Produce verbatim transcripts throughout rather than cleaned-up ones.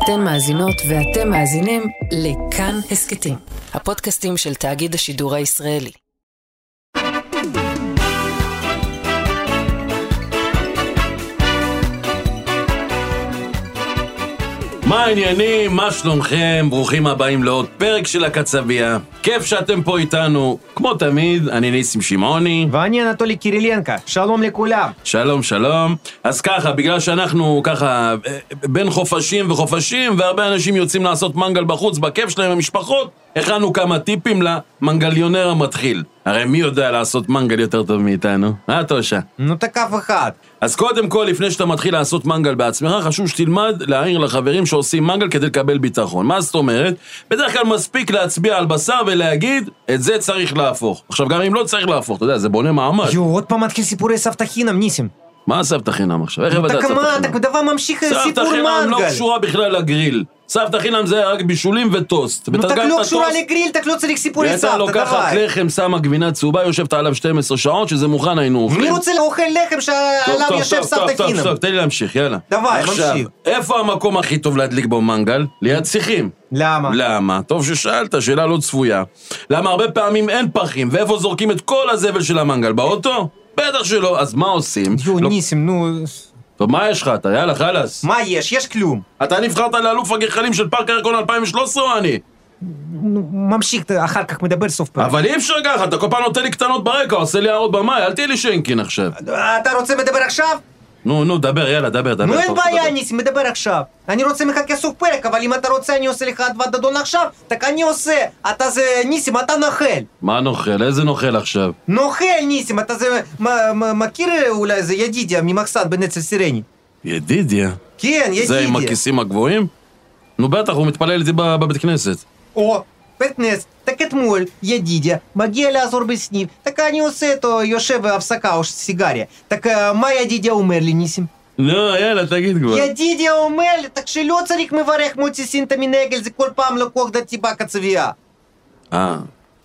אתן מאזינות ואתם מאזינים לכאן הסקטים, הפודקאסטים של תאגיד השידור הישראלי. מה העניינים? מה שלומכם? ברוכים הבאים לעוד פרק של הקצביה. כיף שאתם פה איתנו. כמו תמיד, אני ניסים שמעוני. ואני אנטולי קירילנקה. שלום לכולם. שלום, שלום. אז ככה, בגלל שאנחנו ככה בין חופשים וחופשים, והרבה אנשים יוצאים לעשות מנגל בחוץ, בכיף שלהם המשפחות, הכנו כמה טיפים למנגליונר המתחיל. הרי מי יודע לעשות מנגל יותר טוב מאיתנו? אה, תושה? נו, תקף אחד. אז קודם כל, לפני שאתה מתחיל לעשות מנגל בעצמך, חשוב שתלמד להעיר לחברים שעושים מנגל כדי לקבל ביטחון. מה זאת אומרת? בדרך כלל מספיק להצביע על בשר ולהגיד, את זה צריך להפוך. עכשיו, גם אם לא צריך להפוך, אתה יודע, זה בונה מעמד. יו, עוד פעם מתחיל סיפורי סבתא חינם, ניסים. מה סבתא חינם עכשיו? איך הבדת סבתא חינם? תקמה, אתה דבר ממשיך סיפור מנגל. סבתא חינם לא קשורה בכלל לגריל. סבתא חינם זה רק בישולים וטוסט. נו, תק לא קשורה לגריל, תק לא צריך סיפורי סבתא, דווי. אתה לוקחת לחם, שמה גבינה צהובה, יושבת עליו שתים עשרה שעות, שזה מוכן היינו אוכלים. מי רוצה לאוכל לחם שעליו יושב סבתא חינם? טוב, טוב, טוב, תן לי להמשיך, יאללה. דווי, ממשיך. איפה המקום הכי טוב להדליק בו מנגל? ליד שיחים. למה? למה? טוב ששאלת, שאלה לא צפויה. למה הרבה פעמים אין פחים, ואיפה זורקים את כל הזבל של המנגל? באוטו? בטח שלא, אז מה עושים? יו, ניסים, נו... טוב, מה יש לך אתה? יאללה, חלס. מה יש? יש כלום. אתה נבחרת לאלוף הגחלים של פארק הירקון אלפיים ושלוש עשרה או אני? ממשיך, אחר כך מדבר סוף פרק. אבל אי אפשר ככה, אתה כל פעם נותן לי קטנות ברקע, עושה לי הערות במאי, אל תהיה לי שנקין עכשיו. אתה רוצה מדבר עכשיו? נו, נו, דבר, יאללה, דבר, דבר. נו, אין בעיה, ניסים, מדבר עכשיו. אני רוצה מחכה סוף פרק, אבל אם אתה רוצה, אני עושה לך עדוות דדון עכשיו, так אני עושה. אתה זה, ניסים, אתה נוכל. מה נוכל? איזה נוכל עכשיו? נוכל, ניסים, אתה זה, מכיר אולי זה ידידיה ממחסן בנצל סירני? ידידיה? כן, ידידיה. זה עם הכיסים הגבוהים? נו, בטח, הוא מתפלל איתי בבית כנסת. או, בית כנסת, так אתמול, ידידיה, מגיע לעזור בסניף, так אני עושה אותו, יושב בהפסקה או סיגריה. так מה ידידיה אומר לי, ניסים? לא, יאללה, תגיד כבר. ידידיה אומר לי, так שלא צריך מברך מוציא סינטה מנגל, זה כל פעם לקוח דתי בקצבייה. אה,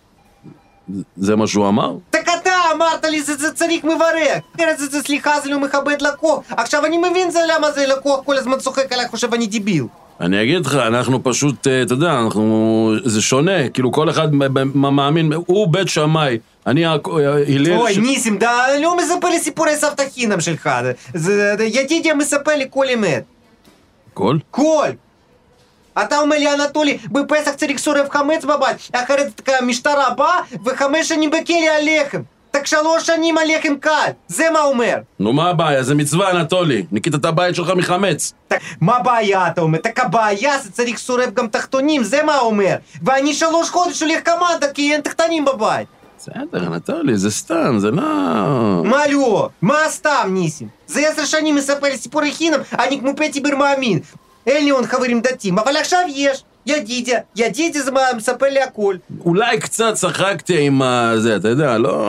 זה מה שהוא אמר? так אתה אמרת לי, זה, זה צריך מברך. אחרת זה, זה סליחה, זה לא מכבד לקוח. עכשיו אני מבין זה למה זה לקוח כל הזמן צוחק עליי, חושב אני דיביל. אני אגיד לך, אנחנו פשוט, אתה יודע, אנחנו, זה שונה, כאילו כל אחד מאמין, הוא בית שמאי, אני הלל... אוי, ניסים, דה, לא מספר לי סיפורי סבתא חינם שלך, זה, ידידיה מספר לי כל אמת. כל? כל! אתה אומר לי, אנטולי, בפסח צריך שורף חמץ בבית, אחרת המשטרה באה וחמש שנים בכלא על לחם. так שלוש שנים על לחם קל, זה מה אומר. נו, מה הבעיה? זה מצווה, אנטולי. ניקית את הבית שלך מחמץ. מה הבעיה, אתה אומר? так הבעיה זה צריך שורף גם תחתונים, זה מה אומר. ואני שלוש חודש הולך קמנדה, כי אין תחתונים בבית. בסדר, אנטולי, זה סתם, זה לא... מה לא? מה סתם, ניסים? זה עשר שנים מספר לי סיפורי חינם, אני כמו פטיבר מאמין. אין לי עוד חברים דתיים, אבל עכשיו יש. ידידיה, ידידיה זה מספר לי הכל. אולי קצת צחקתי עם זה, אתה יודע, לא...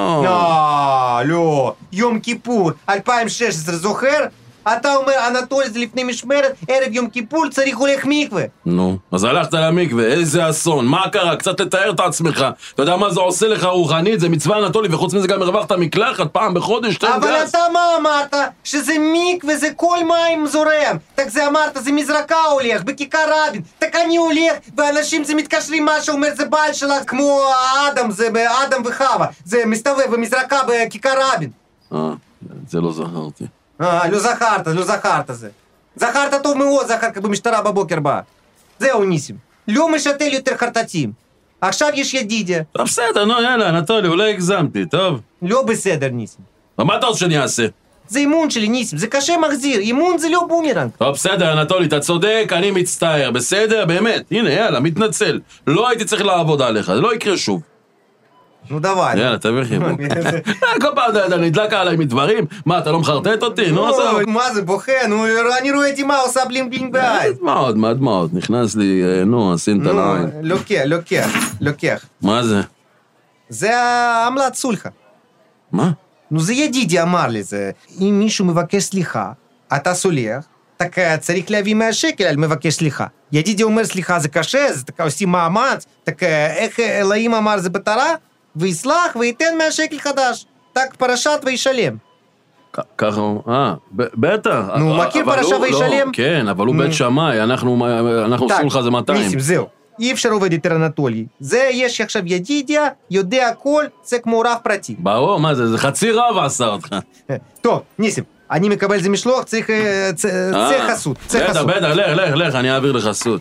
לא, לא. יום כיפור, אלפיים ושש עשרה, זוכר? אתה אומר, אנטולי, זה לפני משמרת, ערב יום כיפור צריך הולך מקווה. נו, אז הלכת למקווה, איזה אסון, מה קרה? קצת לתאר את עצמך. אתה יודע מה זה עושה לך רוחנית? זה מצווה אנטולי, וחוץ מזה גם הרווחת מקלחת פעם בחודש, תן גז. אבל אתה מה אמרת? שזה מקווה, זה כל מים זורם. так זה אמרת, זה מזרקה הולך, בכיכר רבין. так אני הולך, ואנשים זה מתקשרים מה שאומר, זה בעל שלה, כמו האדם, זה אדם וחווה. זה מסתובב במזרקה בכיכר רבין. אה, זה לא זכרתי. אה, לא זכרת, לא זכרת זה. זכרת טוב מאוד, זכרת במשטרה בבוקר בא. זהו, ניסים. לא משתל יותר חרטטים. עכשיו יש ידידיה. טוב, בסדר, נו, יאללה, אנטולי, אולי הגזמתי, טוב? לא בסדר, ניסים. ומה אתה רוצה שאני אעשה? זה אימון שלי, ניסים, זה קשה מחזיר. אימון זה לא בומרנג. טוב, בסדר, אנטולי, אתה צודק, אני מצטער, בסדר, באמת. הנה, יאללה, מתנצל. לא הייתי צריך לעבוד עליך, זה לא יקרה שוב. נו דבר. יאללה, תביא חיבוק. כל פעם אתה נדלק עליי מדברים, מה, אתה לא מחרטט אותי? נו, עזוב. מה זה בוכה? נו, אני רואה את אמא עושה בלינג בלינג בעין. דמעות, מה דמעות? נכנס לי, נו, עשין את הלעין. לוקח, לוקח, לוקח. מה זה? זה העמלת סולחה. מה? נו, זה ידידי אמר לי, זה... אם מישהו מבקש סליחה, אתה סולח, так צריך להביא מאה שקל על מבקש סליחה. ידידי אומר סליחה זה קשה, זה עושים מאמץ, так איך אלוהים אמר זה בתורה? ויסלח וייתן מאה שקל חדש. так פרשת וישלם. ככה הוא, אה, בטח. נו, מכיר פרשה וישלם? כן, אבל הוא בית שמאי, אנחנו עושים לך זה מאתיים. ניסים, זהו. אי אפשר עובד יותר אנטולי. זה יש עכשיו ידידיה, יודע הכל, זה כמו רב פרטי. ברור, מה זה? זה חצי רב עשה אותך. טוב, ניסים, אני מקבל זה משלוח, צריך חסות. בטח, בטח, לך, לך, לך, אני אעביר לך חסות.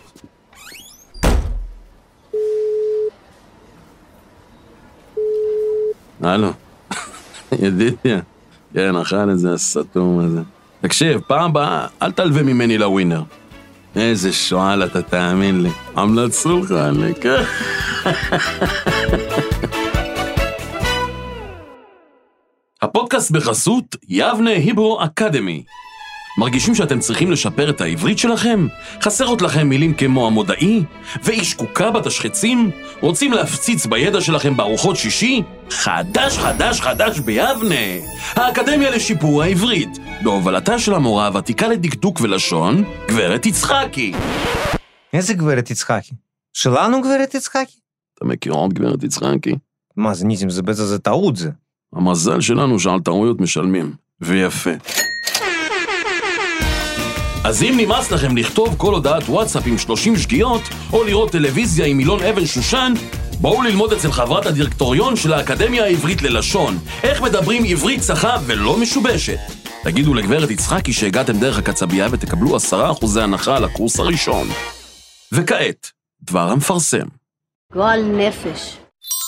הלו, ידידיה. כן, אכל את זה הסתום הזה. תקשיב, פעם באה, אל תלווה ממני לווינר. איזה שואל אתה, תאמין לי. המלצו לך, אני, כן. הפודקאסט בחסות יבנה היברו אקדמי. מרגישים שאתם צריכים לשפר את העברית שלכם? חסרות לכם מילים כמו המודעי? ואיש קוקה בתשחצים? רוצים להפציץ בידע שלכם בארוחות שישי? חדש, חדש, חדש ביבנה! האקדמיה לשיפור העברית, בהובלתה של המורה הוותיקה לדקדוק ולשון, גברת יצחקי. איזה גברת יצחקי? שלנו גברת יצחקי? אתה מכיר עוד גברת יצחקי? מה זה ניסים, זה בזה זה טעות זה. המזל שלנו שעל טעויות משלמים, ויפה. אז אם נמאס לכם לכתוב כל הודעת וואטסאפ עם שלושים שגיאות, או לראות טלוויזיה עם מילון אבן שושן, בואו ללמוד אצל חברת הדירקטוריון של האקדמיה העברית ללשון, איך מדברים עברית צחה ולא משובשת. תגידו לגברת יצחקי שהגעתם דרך הקצבייה ותקבלו עשרה אחוזי הנחה על הקורס הראשון. וכעת, דבר המפרסם. גועל נפש.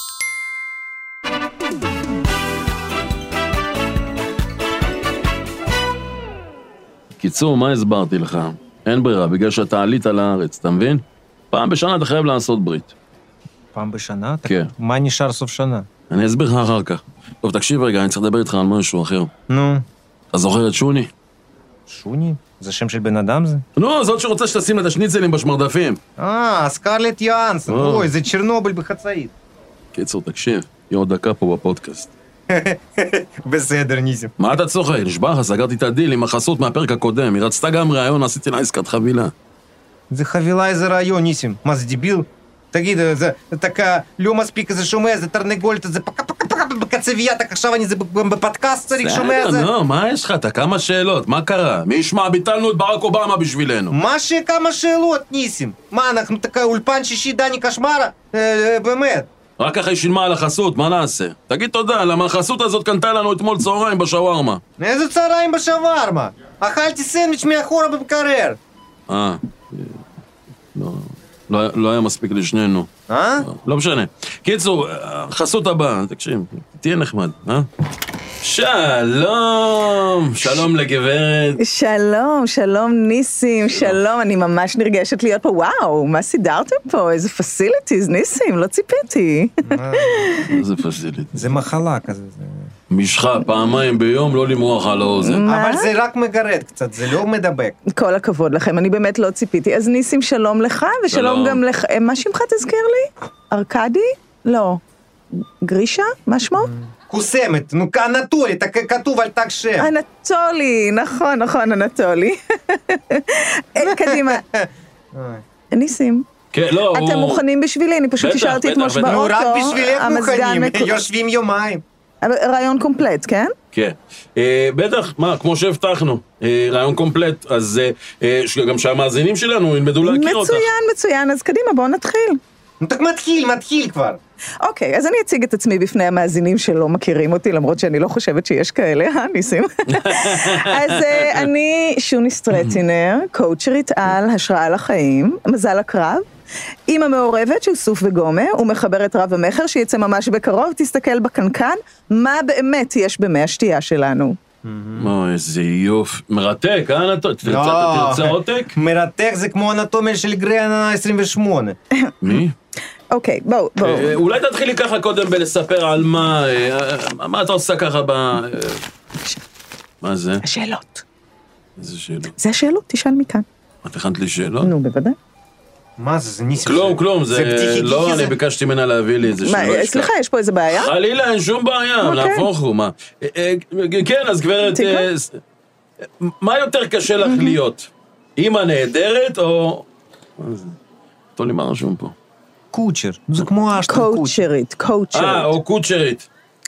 קיצור, מה הסברתי לך? אין ברירה, בגלל שאתה עלית לארץ, אתה מבין? פעם בשנה אתה חייב לעשות ברית. פעם בשנה? כן. מה נשאר סוף שנה? אני אסביר לך אחר כך. טוב, תקשיב רגע, אני צריך לדבר איתך על משהו אחר. נו. אתה זוכר את שוני? שוני? זה שם של בן אדם זה? נו, זאת שרוצה שתשים לה את השניצלים בשמרדפים. אה, סקרלט יאנסן. אוי, זה צ'רנוביל בחצאית. קיצור, תקשיב, יהיה עוד דקה פה בפודקאסט. בסדר, ניסים. מה אתה צוחק? נשבע לך, סגרתי את הדיל עם החסות מהפרק הקודם. היא רצתה גם רעיון, עשיתי לה עסקת חבילה. זה חבילה איזה רעיון, ניסים. מה זה דיביל? תגיד, זה תקה, לא מספיק איזה שומע, זה תרנגולת, זה פקה פקה פקה בקצבייה, תק עכשיו אני זה בפודקאסט צריך שומע זה. נו, מה יש לך? אתה כמה שאלות, מה קרה? מי ישמע, ביטלנו את ברק אובמה בשבילנו. מה שכמה שאלות, ניסים? מה, אנחנו תקה אולפן שישי דני קשמרה? באמת. רק ככה היא שילמה על החסות, מה נעשה? תגיד תודה, למה החסות הזאת קנתה לנו אתמול צהריים בשווארמה. איזה צהריים בשווארמה? אכלתי סנדוויץ' מאחורה במקרר. אה, לא, לא, לא היה מספיק לשנינו. אה? לא, לא משנה. קיצור, החסות הבאה, תקשיב, תהיה נחמד, אה? שלום, שלום לגברת. שלום, שלום ניסים, שלום, אני ממש נרגשת להיות פה, וואו, מה סידרתם פה? איזה פסיליטיז, ניסים, לא ציפיתי. איזה פסיליטיז? זה מחלה כזה. משחה, פעמיים ביום, לא למרוח על האוזן. אבל זה רק מגרד קצת, זה לא מדבק. כל הכבוד לכם, אני באמת לא ציפיתי. אז ניסים, שלום לך, ושלום גם לך, מה שמך תזכיר לי? ארקדי? לא. גרישה? מה שמו? קוסמת, נו, אנטולי, כתוב על תג שם. אנטולי, נכון, נכון, אנטולי. קדימה. ניסים. כן, לא, הוא... אתם מוכנים בשבילי? אני פשוט השארתי אתמול באוטו. נו, רק בשבילך מוכנים, יושבים יומיים. רעיון קומפלט, כן? כן. בטח, מה, כמו שהבטחנו, רעיון קומפלט, אז גם שהמאזינים שלנו ילמדו להכיר אותך. מצוין, מצוין, אז קדימה, בואו נתחיל. נו, tak מתחיל, מתחיל כבר. אוקיי, אז אני אציג את עצמי בפני המאזינים שלא מכירים אותי, למרות שאני לא חושבת שיש כאלה, אה, ניסים? אז אני שוני סטרטינר, קואוצ'רית על השראה לחיים, מזל הקרב, אמא מעורבת של סוף וגומה, ומחברת רב המחר שיצא ממש בקרוב, תסתכל בקנקן, מה באמת יש במי השתייה שלנו. אוי, איזה יופי. מרתק, אה, נתון? תרצה עותק? מרתק זה כמו אנטומיה של גריאנה עשרים ושמונה. מי? אוקיי, בואו, בואו. אולי תתחילי ככה קודם בלספר על מה, מה אתה עושה ככה ב... מה זה? השאלות. איזה שאלות? זה השאלות, תשאל מכאן. את הכנת לי שאלות? נו, בוודאי. מה זה? זה ניסים. כלום, כלום, זה לא, אני ביקשתי ממנה להביא לי איזה שלא ישכח. סליחה, יש פה איזה בעיה? חלילה, אין שום בעיה, להפוך הוא, מה? כן, אז גברת, מה יותר קשה לך להיות? אמא נהדרת או... מה זה? תו לי מה רשום פה? קוצ'ר, זה כמו אשטון קוצ'רית, קוצ'רית. אה, או קוצ'רית.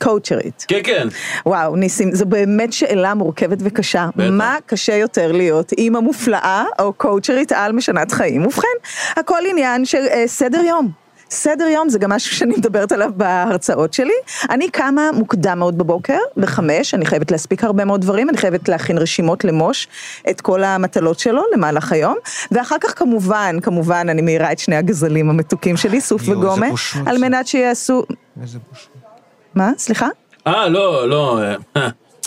קואוצ'רית. כן, כן. וואו, ניסים, זו באמת שאלה מורכבת וקשה. בטח. מה קשה יותר להיות, אימא מופלאה או קואוצ'רית על משנת חיים? ובכן, הכל עניין של אה, סדר יום. סדר יום זה גם משהו שאני מדברת עליו בהרצאות שלי. אני קמה מוקדם מאוד בבוקר, בחמש, אני חייבת להספיק הרבה מאוד דברים, אני חייבת להכין רשימות למוש את כל המטלות שלו למהלך היום, ואחר כך כמובן, כמובן אני מהירה את שני הגזלים המתוקים שלי, סוף יו, וגומה, איזה בושות. על מנת שיעשו... איזה בושות. מה? סליחה? אה, לא, לא, אה,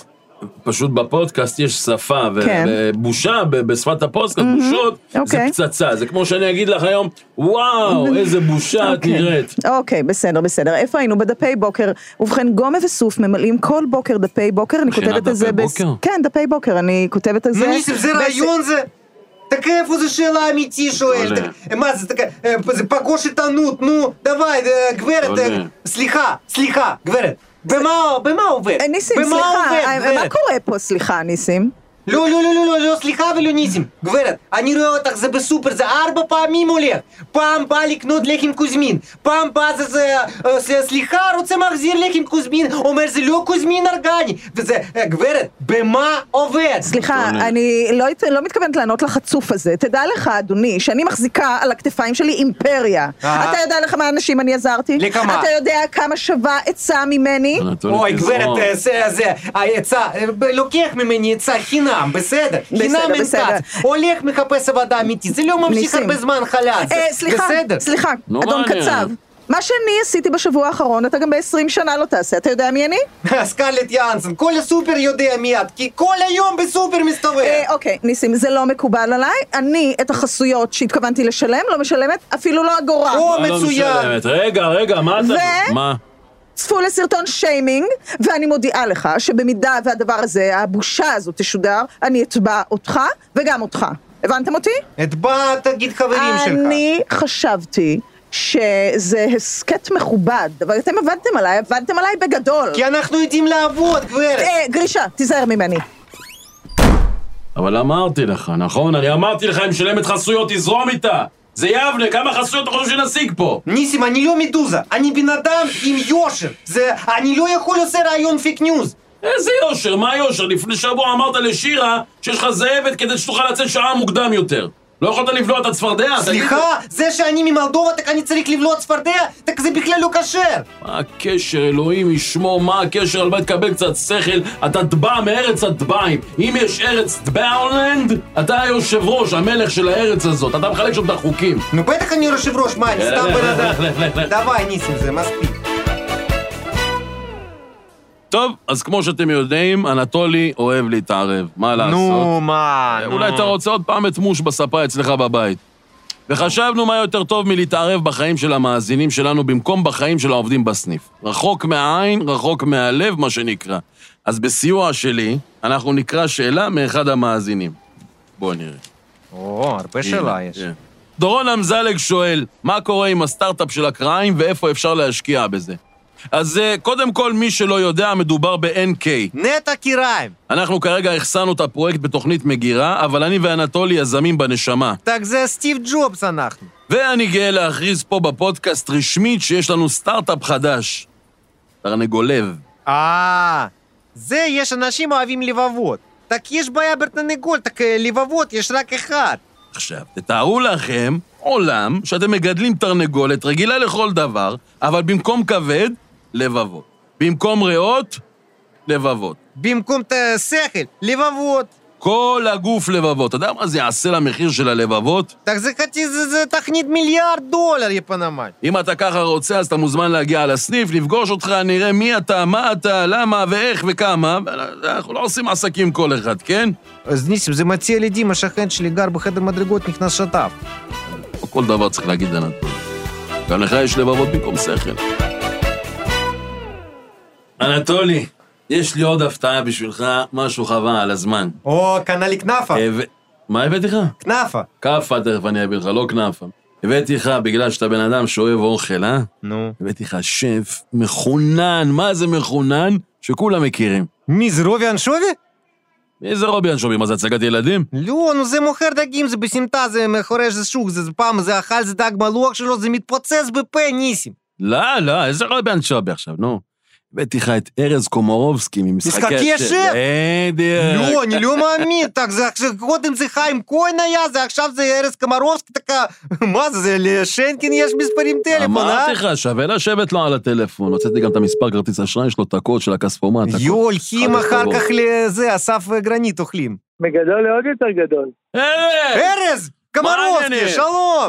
פשוט בפודקאסט יש שפה, כן. ובושה בשפת הפודקאסט, בושות, זה אוקיי. פצצה, זה כמו שאני אגיד לך היום, וואו, איזה בושה את אוקיי. נראית. אוקיי, בסדר, בסדר. איפה היינו? בדפי בוקר. ובכן, גומה וסוף ממלאים כל בוקר דפי בוקר, אני מכינה כותבת את זה... דפי בס- בוקר? כן, דפי בוקר, אני כותבת את זה... נו ניסים, זה בס- רעיון זה? Так איפה זה שאלה אמיתי שואל? עולה. Tak, מה זה, tak, זה פגוש עיתונות, נו, דווי, גברת, עולה. סליחה, סליחה, גברת, במה, במה עובד? אה, ניסים, במה סליחה, עובד, אה, גברת? מה קורה פה, סליחה, ניסים? לא, לא, לא, לא, לא, לא, סליחה ולא ניסים, גברת, אני רואה אותך, זה בסופר, זה ארבע פעמים הולך, פעם בא לקנות לחם קוזמין, פעם בא זה, זה, זה, סליחה, רוצה מחזיר לחם קוזמין, אומר זה לא קוזמין ארגני, וזה, גברת, במה עובד? סליחה, עולה. אני לא, הת- לא מתכוונת לענות לחצוף הזה. תדע לך, אדוני, שאני מחזיקה על הכתפיים שלי אימפריה. אה. אתה יודע לכמה אנשים אני עזרתי? לכמה? אתה יודע כמה שווה עצה ממני? אנטולי, אוי, תזרום. גברת, אה, זה, זה, העצה, אה, ב- לוקח ממני עצה חינם, בסדר? חינם אין בסדר. כץ. הולך מחפש עבודה אמיתית, זה לא ממשיך ניסים. הרבה זמן חל"ת. זה אה, סליחה, בסדר. סליחה, נו, אדון מה העניין? קצב. מה שאני עשיתי בשבוע האחרון, אתה גם ב-עשרים שנה לא תעשה. אתה יודע מי אני? סקרלט יאנסן, כל הסופר יודע מי את, כי כל היום בסופר מסתובב. אה, אוקיי, ניסים, זה לא מקובל עליי. אני את החסויות שהתכוונתי לשלם, לא משלמת אפילו לא אגורה. או, מה לא מצוין. משלמת? רגע, רגע, מה אתה... ו- מה? צפו לסרטון שיימינג, ואני מודיעה לך שבמידה והדבר הזה, הבושה הזו תשודר, אני אתבע אותך וגם אותך. הבנתם אותי? את בא תגיד חברים שלך. אני חשבתי שזה הסקט מכובד, אבל אתם עבדתם עליי, עבדתם עליי בגדול. כי אנחנו יודעים לעבוד, גברת. אה, גרישה, תיזהר ממני. אבל אמרתי לך, נכון? אני אמרתי לך, אם משלמת חסויות, תזרום איתה. זה יבנה, כמה חסויות אתה חושב שנשיג פה? ניסים, אני לא מדוזה, אני בן אדם עם יושר. זה, אני לא יכול לעשות רעיון פיק ניוז. איזה יושר, מה יושר? לפני שבוע אמרת לשירה שיש לך זאבת כדי שתוכל לצאת שעה מוקדם יותר. לא יכולת לבלוע את הצפרדע? תגיד לי. סליחה, זה שאני ממולדובה, tak אני צריך לבלוע צפרדע? tak זה בכלל לא כשר. מה הקשר, אלוהים ישמור, מה הקשר? על מה תקבל קצת שכל? אתה דבע מארץ הדבעים. אם יש ארץ דבאולנד, אתה היושב ראש, המלך של הארץ הזאת. אתה מחלק שם את החוקים. נו בטח אני יושב ראש, מה, אני סתם לך, בן לך, אדם. לך, לך, לך. דווי, ניסים, זה מספיק. טוב, אז כמו שאתם יודעים, אנטולי אוהב להתערב. מה לעשות? נו, מה, נו. אולי אתה רוצה עוד פעם את מוש בספה אצלך בבית. וחשבנו מה יותר טוב מלהתערב בחיים של המאזינים שלנו במקום בחיים של העובדים בסניף. רחוק מהעין, רחוק מהלב, מה שנקרא. אז בסיוע שלי, אנחנו נקרא שאלה מאחד המאזינים. בואו נראה. או, הרבה שאלה יש. כן. דורון אמזלג שואל, מה קורה עם הסטארט-אפ של הקריים ואיפה אפשר להשקיע בזה? אז אה, קודם כל, מי שלא יודע, מדובר ב-אן קיי. נטע קיריים. אנחנו כרגע החסנו את הפרויקט בתוכנית מגירה, אבל אני ואנטולי יזמים בנשמה. tak זה סטיב ג'ובס אנחנו. ואני גאה להכריז פה בפודקאסט רשמית שיש לנו סטארט-אפ חדש. תרנגולב. אה, זה יש אנשים אוהבים לבבות. tak יש בעיה בתרנגול, tak לבבות יש רק אחד. עכשיו, תתארו לכם עולם שאתם מגדלים תרנגולת רגילה לכל דבר, אבל במקום כבד, לבבות. במקום ריאות, לבבות. במקום את השכל, לבבות. כל הגוף לבבות. אתה יודע מה זה יעשה למחיר של הלבבות? tak זה חצי, זה, זה תכנית מיליארד דולר, יפנמי. אם אתה ככה רוצה, אז אתה מוזמן להגיע לסניף, לפגוש אותך, נראה מי אתה, מה אתה, למה ואיך וכמה. אנחנו לא עושים עסקים כל אחד, כן? אז ניסים, זה מציע לי דימה, שכן שלי גר בחדר מדרגות, נכנס שטף. לא כל דבר צריך להגיד לאנטולי. גם לך יש לבבות במקום שכל. אנטולי, יש לי עוד הפתעה בשבילך, משהו חבל על הזמן. או, קנה לי כנפה. אה, ו- מה הבאתי לך? כנפה. כאפה תכף אני אביא לך, לא כנפה. הבאתי לך בגלל שאתה בן אדם שאוהב אוכל, אה? נו. הבאתי לך שף מחונן, מה זה מחונן? שכולם מכירים. מי זה, רובי אנשובי? מי זה רובי אנשובי? מה זה הצגת ילדים? לא, נו זה מוכר דגים, זה בסמטה, זה מאחורי איזה שוק, זה פעם, זה אכל, זה דג מלוח שלו, זה מתפוצץ בפה, ניסים. לא, לא, איזה רובי אנשובי עכשיו, נו. הבאתי לך את ארז קומורובסקי ממשחקי השף. בדיוק. לא, אני לא מאמין, так, זה עכשיו, קודם זה חיים כהן היה, זה עכשיו זה ארז קומורובסקי, תקה, מה זה, זה לשנקין יש מספרים טלפון, אה? אמרתי לך, שווה לשבת לו על הטלפון, הוצאתי גם את המספר כרטיס אשראי שלו, את הקוד של הכספומט. יו, הולכים אחר כך לזה, אסף וגרנית אוכלים. מגדול לעוד יותר גדול. ארז! קומורובסקי, שלום!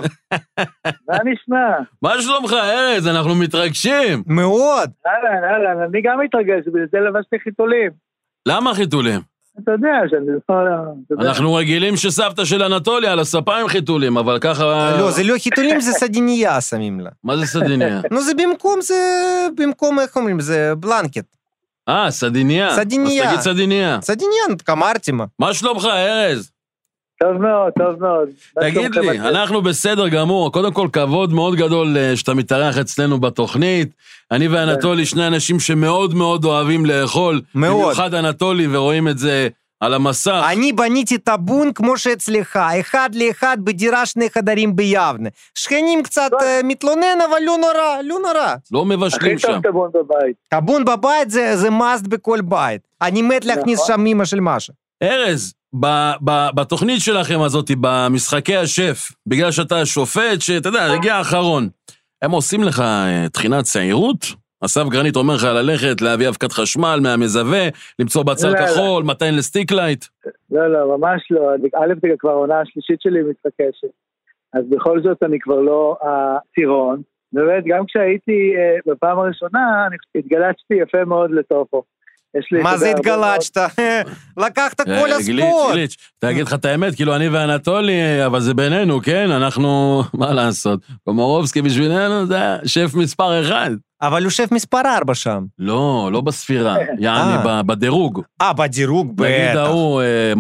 מה נשמע? מה שלומך, ארז? אנחנו מתרגשים. מאוד. אהלן, אהלן, אני גם מתרגש, בגלל זה לבשתי חיתולים. למה חיתולים? אתה יודע שאני לא... אנחנו רגילים שסבתא של אנטוליה על הספה עם חיתולים, אבל ככה... לא, זה לא חיתולים, זה סדיניה שמים לה. מה זה סדיניה? נו, זה במקום, זה... במקום, איך אומרים, זה בלנקט. אה, סדיניה. סדיניה. אז תגיד סדיניה. סדיניה, אמרתי מה. מה שלומך, ארז? טוב מאוד, טוב מאוד. תגיד לי, אנחנו בסדר גמור, קודם כל כבוד מאוד גדול שאתה מתארח אצלנו בתוכנית, אני ואנטולי שני אנשים שמאוד מאוד אוהבים לאכול, מאוד. במיוחד אנטולי ורואים את זה על המסך. אני בניתי טאבון כמו שאצלך, אחד לאחד בדירה שני חדרים ביבנה. שכנים קצת מתלונן, אבל לא נורא, לא נורא. לא מבשלים שם. הכי טוב טאבון בבית. טאבון בבית זה מאסט בכל בית. אני מת להכניס שם מימה של משה. ארז, ב- ב- בתוכנית שלכם הזאת, במשחקי השף, בגלל שאתה שופט, שאתה יודע, הגיע האחרון, הם עושים לך תחינת צעירות? אסף גרנית אומר לך ללכת, להביא אבקת חשמל מהמזווה, למצוא בצל לא, כחול, מתי לסטיק לייט? לא, לא, ממש לא. א' זה כבר העונה השלישית שלי מתחקשת. אז בכל זאת אני כבר לא הטירון. באמת, גם כשהייתי אה, בפעם הראשונה, אני התגלצתי יפה מאוד לטופו. מה זה התגלצת? לקחת כל הספורט. גליץ', תגיד לך את האמת, כאילו אני ואנטולי, אבל זה בינינו, כן? אנחנו, מה לעשות? קומורובסקי בשבילנו זה שף מספר אחד. אבל הוא שף מספר ארבע שם. לא, לא בספירה, יעני בדירוג. אה, בדירוג, בטח. נגיד ההוא,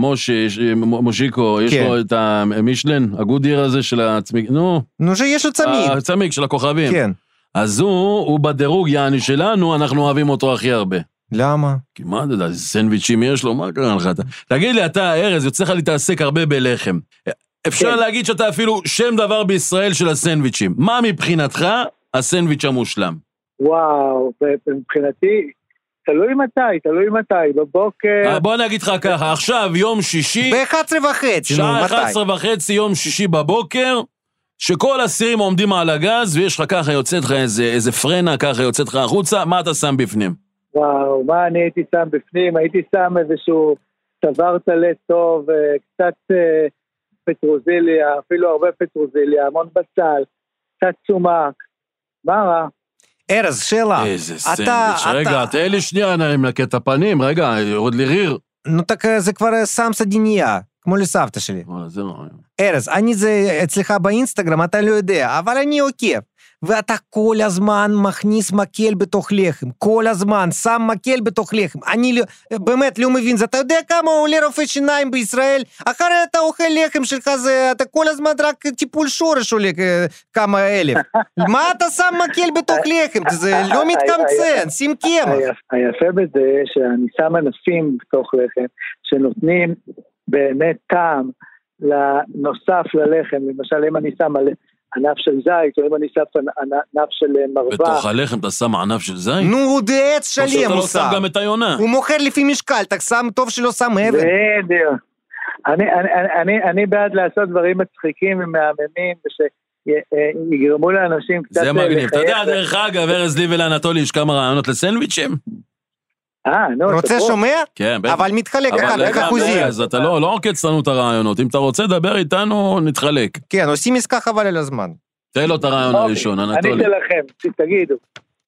מושיקו, יש לו את המישלן, הגודיר הזה של הצמיג, נו. נו, שיש לו צמיג. הצמיג של הכוכבים. כן. אז הוא, הוא בדירוג יעני שלנו, אנחנו אוהבים אותו הכי הרבה. למה? כי מה אתה יודע, סנדוויצ'ים יש לו, מה קרה לך? תגיד לי, אתה, ארז, יוצא לך להתעסק הרבה בלחם. אפשר להגיד שאתה אפילו שם דבר בישראל של הסנדוויצ'ים. מה מבחינתך הסנדוויץ' המושלם? וואו, מבחינתי, תלוי מתי, תלוי מתי, בבוקר... בוא נגיד לך ככה, עכשיו יום שישי... ב-אחת עשרה וחצי, שעה אחת עשרה וחצי יום שישי בבוקר, שכל הסירים עומדים על הגז, ויש לך ככה יוצאת לך איזה, איזה פרנה, ככה יוצאת לך החוצה, מה אתה שם בפנים? וואו, מה אני הייתי שם בפנים? הייתי שם איזשהו צוואר טלה טוב, קצת פטרוזיליה, אפילו הרבה פטרוזיליה, המון בצל, קצת צומק, מה רע? ארז, שאלה. איזה סנדוויץ', רגע, תהיה לי שנייה, אני מלקט את הפנים, רגע, יורד לי ריר. נו, תק, זה כבר שם סדיניה, כמו לסבתא שלי. זה לא... ארז, אני זה אצלך באינסטגרם, אתה לא יודע, אבל אני עוקב. ואתה כל הזמן מכניס מקל בתוך לחם, כל הזמן שם מקל בתוך לחם. אני לא, באמת לא מבין, אתה יודע כמה עולה רופא שיניים בישראל? אחרי אתה אוכל לחם שלך, זה, אתה כל הזמן רק טיפול שורש עולה כמה אלף. מה אתה שם מקל בתוך לחם? זה לא מתקמצן, שים קמח. היפה בזה שאני שם ענפים בתוך לחם, שנותנים באמת טעם לנוסף ללחם. למשל, אם אני שם על... ענף של זית, או אם אני שם ענף של מרווה. בתוך הלחם אתה שם ענף של זית? נו, הוא דעץ שלם הוא שם. או שאתה לא שם גם את היונה. הוא מוכר לפי משקל, אתה שם טוב שלא שם אבן. בדיוק. אני בעד לעשות דברים מצחיקים ומהממים, ושיגרמו לאנשים קצת... זה מגניב. אתה יודע, דרך אגב, ארז לי ולאנטולי, יש כמה רעיונות לסנדוויצ'ים? אה, נו, רוצה שומע? כן, בטח. אבל מתחלק אחר כך אחוזים. אז אתה לא עוקץ לנו את הרעיונות. אם אתה רוצה לדבר איתנו, נתחלק. כן, עושים עסקה חבל על הזמן. תן לו את הרעיון הראשון, אנטולי. אני שלכם, תגידו.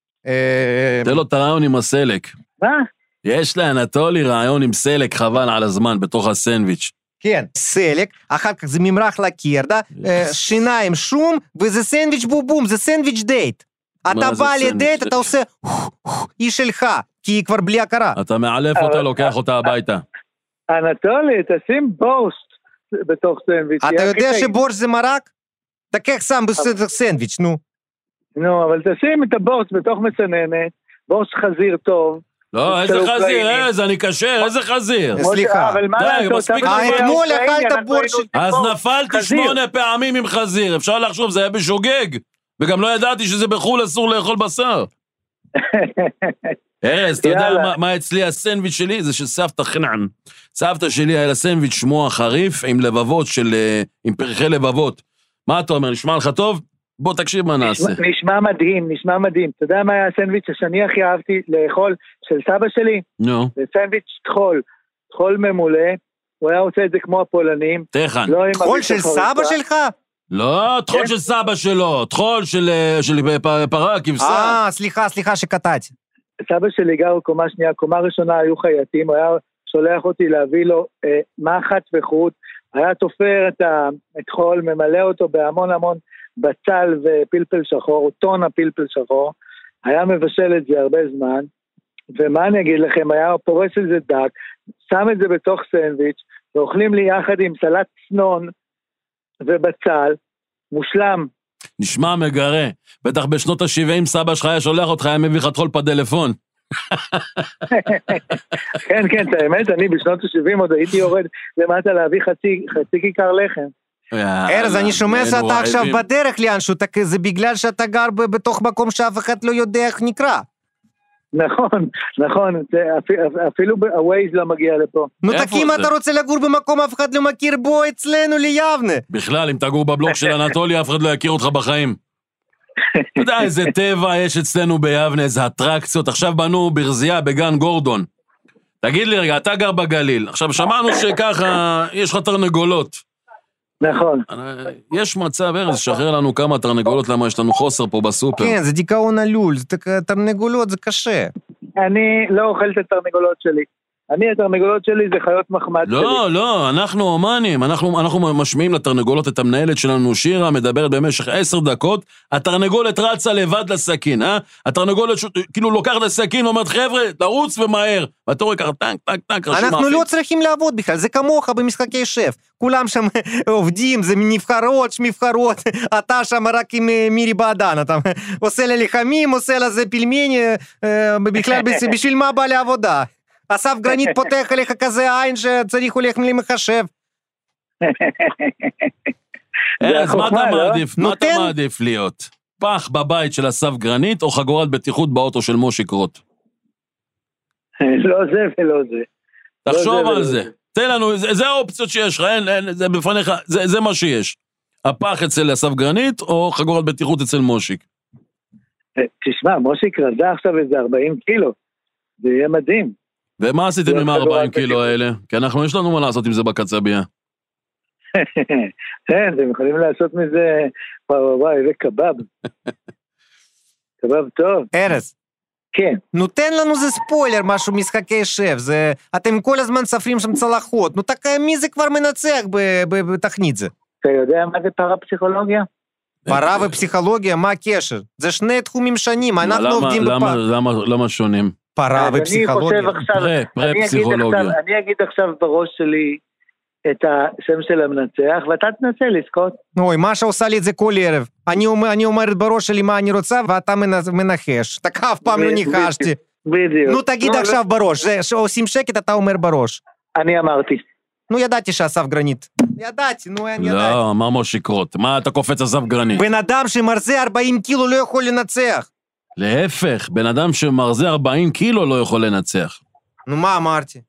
תן לו את הרעיון עם הסלק. מה? יש לאנטולי רעיון עם סלק חבל על הזמן, בתוך הסנדוויץ'. כן, סלק, אחר כך זה ממרח לקרדה, שיניים שום, וזה סנדוויץ' בובום, זה סנדוויץ' דייט. אתה בא לדייט, אתה עושה היא שלך, כי היא כבר בלי הכרה. אתה מעלף אותה, לוקח אותה הביתה. אנטולי, תשים בורסט בתוך סנדוויץ'. אתה יודע שבורסט זה מרק? תקח שם בסנדוויץ', נו. נו, אבל תשים את הבורסט בתוך מצננת, בורסט חזיר טוב. לא, איזה חזיר, איזה, אני קשר, איזה חזיר. סליחה. אבל מה לעשות? אתמול אכלת בורסט. אז נפלתי שמונה פעמים עם חזיר, אפשר לחשוב, זה היה בשוגג. וגם לא ידעתי שזה בחול אסור לאכול בשר. ארז, אתה יודע יאללה. מה- מה אצלי הסנדוויץ' שלי? זה של סבתא חנען. סבתא שלי היה לה סנדוויץ' שמו החריף עם לבבות של... אה, עם פרחי לבבות. מה אתה אומר, נשמע לך טוב? בוא תקשיב מה נעשה. נשמע- נשמע מדהים, נשמע מדהים. אתה יודע מה היה הסנדוויץ' שאני הכי אהבתי לאכול של סבא שלי? נו, זה סנדוויץ' טחול, טחול ממולא, הוא היה עושה את זה כמו הפולנים. תכן. לא עם טחול אביב של החריפה. סבא שלך? לא, טחול כן. של סבא שלו, טחול של, אה, של פ- פרה, כבשה. אה, סליחה, סליחה שקטעתי. סבא שלי גר קומה שנייה, קומה ראשונה היו חייטים, הוא היה שולח אותי להביא לו אה, מחט וחוט, היה תופר את הטחול, ממלא אותו בהמון המון בצל ופלפל שחור, טונה פלפל שחור, היה מבשל את זה הרבה זמן, ומה אני אגיד לכם, היה פורס את זה דק, שם את זה בתוך סנדוויץ', ואוכלים לי יחד עם סלט צנון ובצל, מושלם. נשמע מגרה. בטח בשנות ה-שבעים סבא שלך היה שולח אותך, היה מביא לך טחול פדלפון. כן, כן, את האמת, אני בשנות ה-שבעים עוד הייתי יורד למטה להביא חצי, חצי כיכר לחם. ארז, אני שומע היינו שאתה עכשיו רעבים. בדרך לאנשהו, אתה- זה בגלל שאתה גר ב- בתוך מקום שאף אחד לא יודע איך נקרא. נכון, נכון, זה אפ- אפילו ה-Waze לא מגיע לפה. נו, איפה תקים, זה? אתה רוצה לגור במקום אף אחד לא מכיר בו אצלנו ליבנה. בכלל, אם תגור בבלוק של אנטוליה, אף אחד לא יכיר אותך בחיים. אתה יודע, איזה טבע יש אצלנו ביבנה, איזה אטרקציות. עכשיו בנו ברזייה בגן גורדון. תגיד לי רגע, אתה גר בגליל. עכשיו, שמענו שככה, יש לך תרנגולות. נכון. יש מצב, ארז, שחרר לנו כמה תרנגולות, למה יש לנו חוסר פה בסופר. כן, זה דיכאון עלול, זה ת- תרנגולות, זה קשה. אני לא אוכל את התרנגולות שלי. אני, התרנגולות שלי זה חיות מחמד שלי. לא, לא, אנחנו אומנים, אנחנו, אנחנו משמיעים לתרנגולות את המנהלת שלנו, שירה, מדברת במשך עשר דקות, התרנגולת רצה לבד לסכין, אה? התרנגולת ש... כאילו לוקחת לסכין, אומרת, חבר'ה, תרוץ ומהר. ואתה רואה ככה, טנק, טנק, טנק, רשום אנחנו מאפים. לא צריכים לעבוד בכלל, זה כמוך במשחקי שף. כולם שם עובדים, זה נבחרות, שמבחרות, אתה שם רק עם אה, מירי בעדן, אתה עושה לה לחמים, עושה לזה פלמני, אה, בכלל בש- בשביל מה בא לעבודה? אסף גרנית פותח עליך כזה עין שצריך הולך למחשב. ארז, מה החוכמה, אתה לא? מעדיף? מה אתה נותן? מעדיף להיות? פח בבית של אסף גרנית, או חגורת בטיחות באוטו של מושיק רוט? לא זה ולא זה. תחשוב לא זה על ולא זה. זה. תן לנו, זה, זה האופציות שיש לך, אין, אין, זה בפניך, זה, זה מה שיש. הפח אצל אסף גרנית, או חגורת בטיחות אצל מושיק? תשמע, מושיק רזה עכשיו איזה ארבעים קילו. זה יהיה מדהים. ומה עשיתם זה עם חגורת ה-ארבעים קילו בטיחות. האלה? כי אנחנו, יש לנו מה לעשות עם זה בקצבייה. כן, אתם יכולים לעשות מזה, וואי וואי וואי, זה קבב. קבב טוב. ארז, כן. נו תן לנו זה ספוילר, משהו משחקי שף, זה... אתם כל הזמן ספרים שם צלחות, נו תק... מי זה כבר מנצח ב- ב- בתכנית זה? אתה יודע מה זה פרפסיכולוגיה? פרה ופסיכולוגיה, מה הקשר? זה שני תחומים שונים, אנחנו למה- עובדים למה- בפר... למה- למה שונים? פרה אז אני ופסיכולוגיה. חושב עכשיו, פרה, אני אגיד פרה-פסיכולוגיה. עכשיו- אני אגיד עכשיו בראש שלי את השם של המנצח, ואתה תנסה לזכות. אוי, משה עושה לי את זה כל ערב. אני אומר- אני אומרת בראש שלי מה אני רוצה, ואתה מנ- מנחש. אתה אף פעם לא ב- ניחשתי. בדיוק. נו תגיד נו, עכשיו בראש, זה- שעושים שקט אתה אומר בראש. אני אמרתי. נו ידעתי שאסף גרנית. ידעתי, נו אני ידעתי. לא, מה מושיק רוט? מה אתה קופץ אסף גרנית? בן אדם שמרזה ארבעים קילו לא יכול לנצח. להפך, בן אדם שמרזה ארבעים קילו לא יכול לנצח. נו מה אמרתי?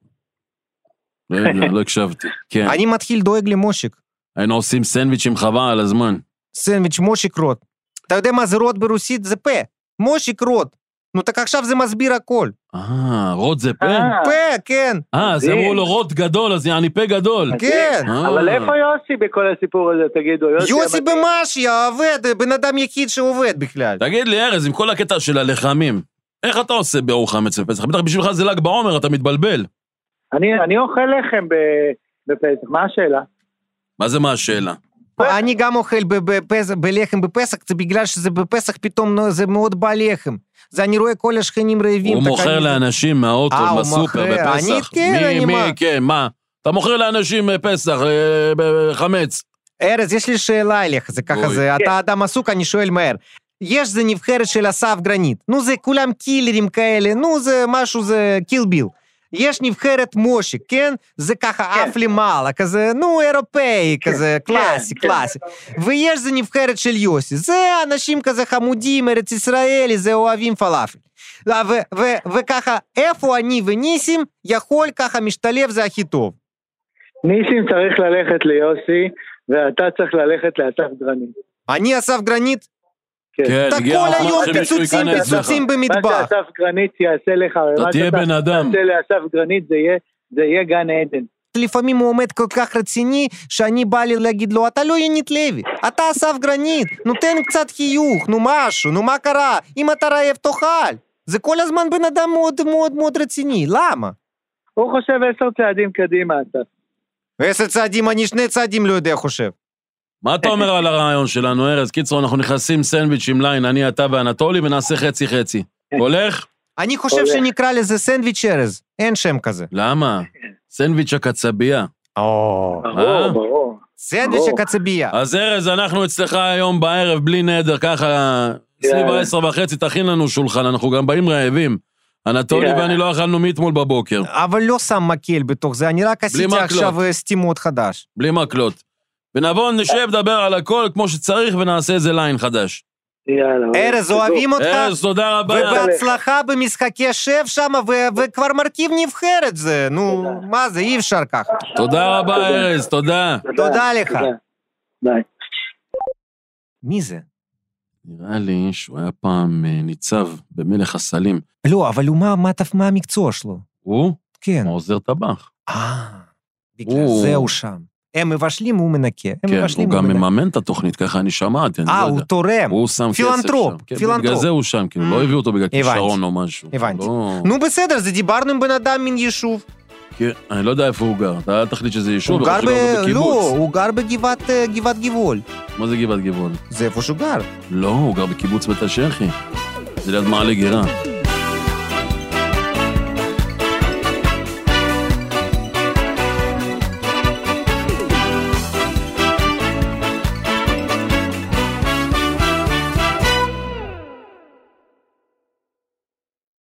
לא יודע, לא הקשבתי. כן, אני מתחיל דואג למושיק. היינו עושים סנדוויצ'ים חבל על הזמן. סנדוויץ' מושיק רוט. אתה יודע מה זה רוט ברוסית? זה פה. מושיק רוט. נו так עכשיו זה מסביר הכל. אה, רוט זה פה? אה, פה, כן. אה, אז מדהים. אמרו לו רוט גדול, אז יעני פה גדול. כן. אה. אבל איפה יוסי בכל הסיפור הזה, תגידו? יוסי המדהים. במשיה, עובד, בן אדם יחיד שעובד בכלל. תגיד לי, ארז, עם כל הקטע של הלחמים, איך אתה עושה באור חמץ בפסח? בטח בשבילך זה ל"ג בעומר, אתה מתבלבל. אני אני אוכל לחם ב- בפסח, מה השאלה? מה זה מה השאלה? אני גם אוכל ב- בפסח- בלחם בפסח, זה בגלל שזה בפסח פתאום נו, זה מאוד בא לחם. זה אני רואה כל השכנים רעבים. הוא tak מוכר אני- לאנשים מהאוטו אה, הוא בסופר מוכר. בפסח. אני- כן, מי- אני מי, מה? כן, מה? אתה מוכר לאנשים בפסח, אה, בחמץ. ארז, יש לי שאלה אליך, זה ככה אוי. זה, אתה אדם עסוק, אני שואל מהר. יש זה נבחרת של אסף גרנית, נו זה כולם קילרים כאלה, נו זה משהו זה קיל ביל. יש נבחרת מושיק, כן? זה ככה אף למעלה, כזה, נו, אירופאי, כזה, קלאסי, כן. קלאסי. ויש זה נבחרת של יוסי, זה אנשים כזה חמודים, ארץ ישראלי, זה אוהבים פלאפל. ו- ו- וככה, איפה אני וניסים יכול ככה משתלב זה הכי טוב. ניסים צריך ללכת ליוסי, ואתה צריך ללכת לאסף גרנית. אני אסף גרנית? כן, אתה הגיע כל הזמן היום שמישהו פיצוצים, ייכנס לך. פיצוצים מה במטבח. שאסף גרנית יעשה לך, אתה ומה תהיה שאתה בן אדם. תעשה לאסף גרנית, זה יהיה, זה יהיה גן עדן. לפעמים הוא עומד כל כך רציני, שאני בא לי להגיד לו, אתה לא יונית לוי, אתה אסף גרנית, נותן קצת חיוך, נו משהו, נו מה קרה, אם אתה רעב תאכל. זה כל הזמן בן אדם מאוד מאוד מאוד רציני, למה? הוא חושב עשר צעדים קדימה, אתה. עשר צעדים, אני שני צעדים לא יודע חושב. מה אתה אומר על הרעיון שלנו, ארז? קיצור, אנחנו נכנסים סנדוויץ' עם ליין, אני, אתה ואנטולי, ונעשה חצי חצי. הולך? אני חושב שנקרא לזה סנדוויץ' ארז, אין שם כזה. למה? סנדוויץ' הקצבייה. או, ברור, ברור. סנדוויץ' הקצבייה. אז ארז, אנחנו אצלך היום בערב, בלי נדר, ככה, סביב העשר וחצי, תכין לנו שולחן, אנחנו גם באים רעבים. אנטולי ואני לא אכלנו מאתמול בבוקר. אבל לא שם מקל בתוך זה, אני רק עשיתי עכשיו סתימות חדש. בלי מקלות. ונבוא, נשב, דבר על הכל כמו שצריך, ונעשה איזה ליין חדש. ארז, אוהבים אותך, ארז, תודה רבה. ובהצלחה במשחקי שף שם, וכבר מרכיב נבחרת זה, נו, מה זה, אי אפשר ככה. תודה רבה, ארז, תודה. תודה לך. ביי. מי זה? נראה לי שהוא היה פעם ניצב במלך הסלים. לא, אבל הוא מה המקצוע שלו? הוא? כן. עוזר טבח. אה, בגלל זה הוא שם. הם מבשלים, הוא מנקה. כן, הוא גם מממן את התוכנית, ככה אני שמעתי. אה, הוא תורם. הוא שם כסף שם. פילנטרופ, פילנטרופ. בגלל זה הוא שם, כאילו, לא הביאו אותו בגלל כישרון או משהו. הבנתי. נו בסדר, זה דיברנו עם בן אדם מן יישוב. כן, אני לא יודע איפה הוא גר. אתה תחליט שזה יישוב, הוא גר ב... לא, הוא גר בגבעת גבעול. מה זה גבעת גבעול? זה איפה שהוא גר. לא, הוא גר בקיבוץ בית השחי. זה ליד מעלה גירה.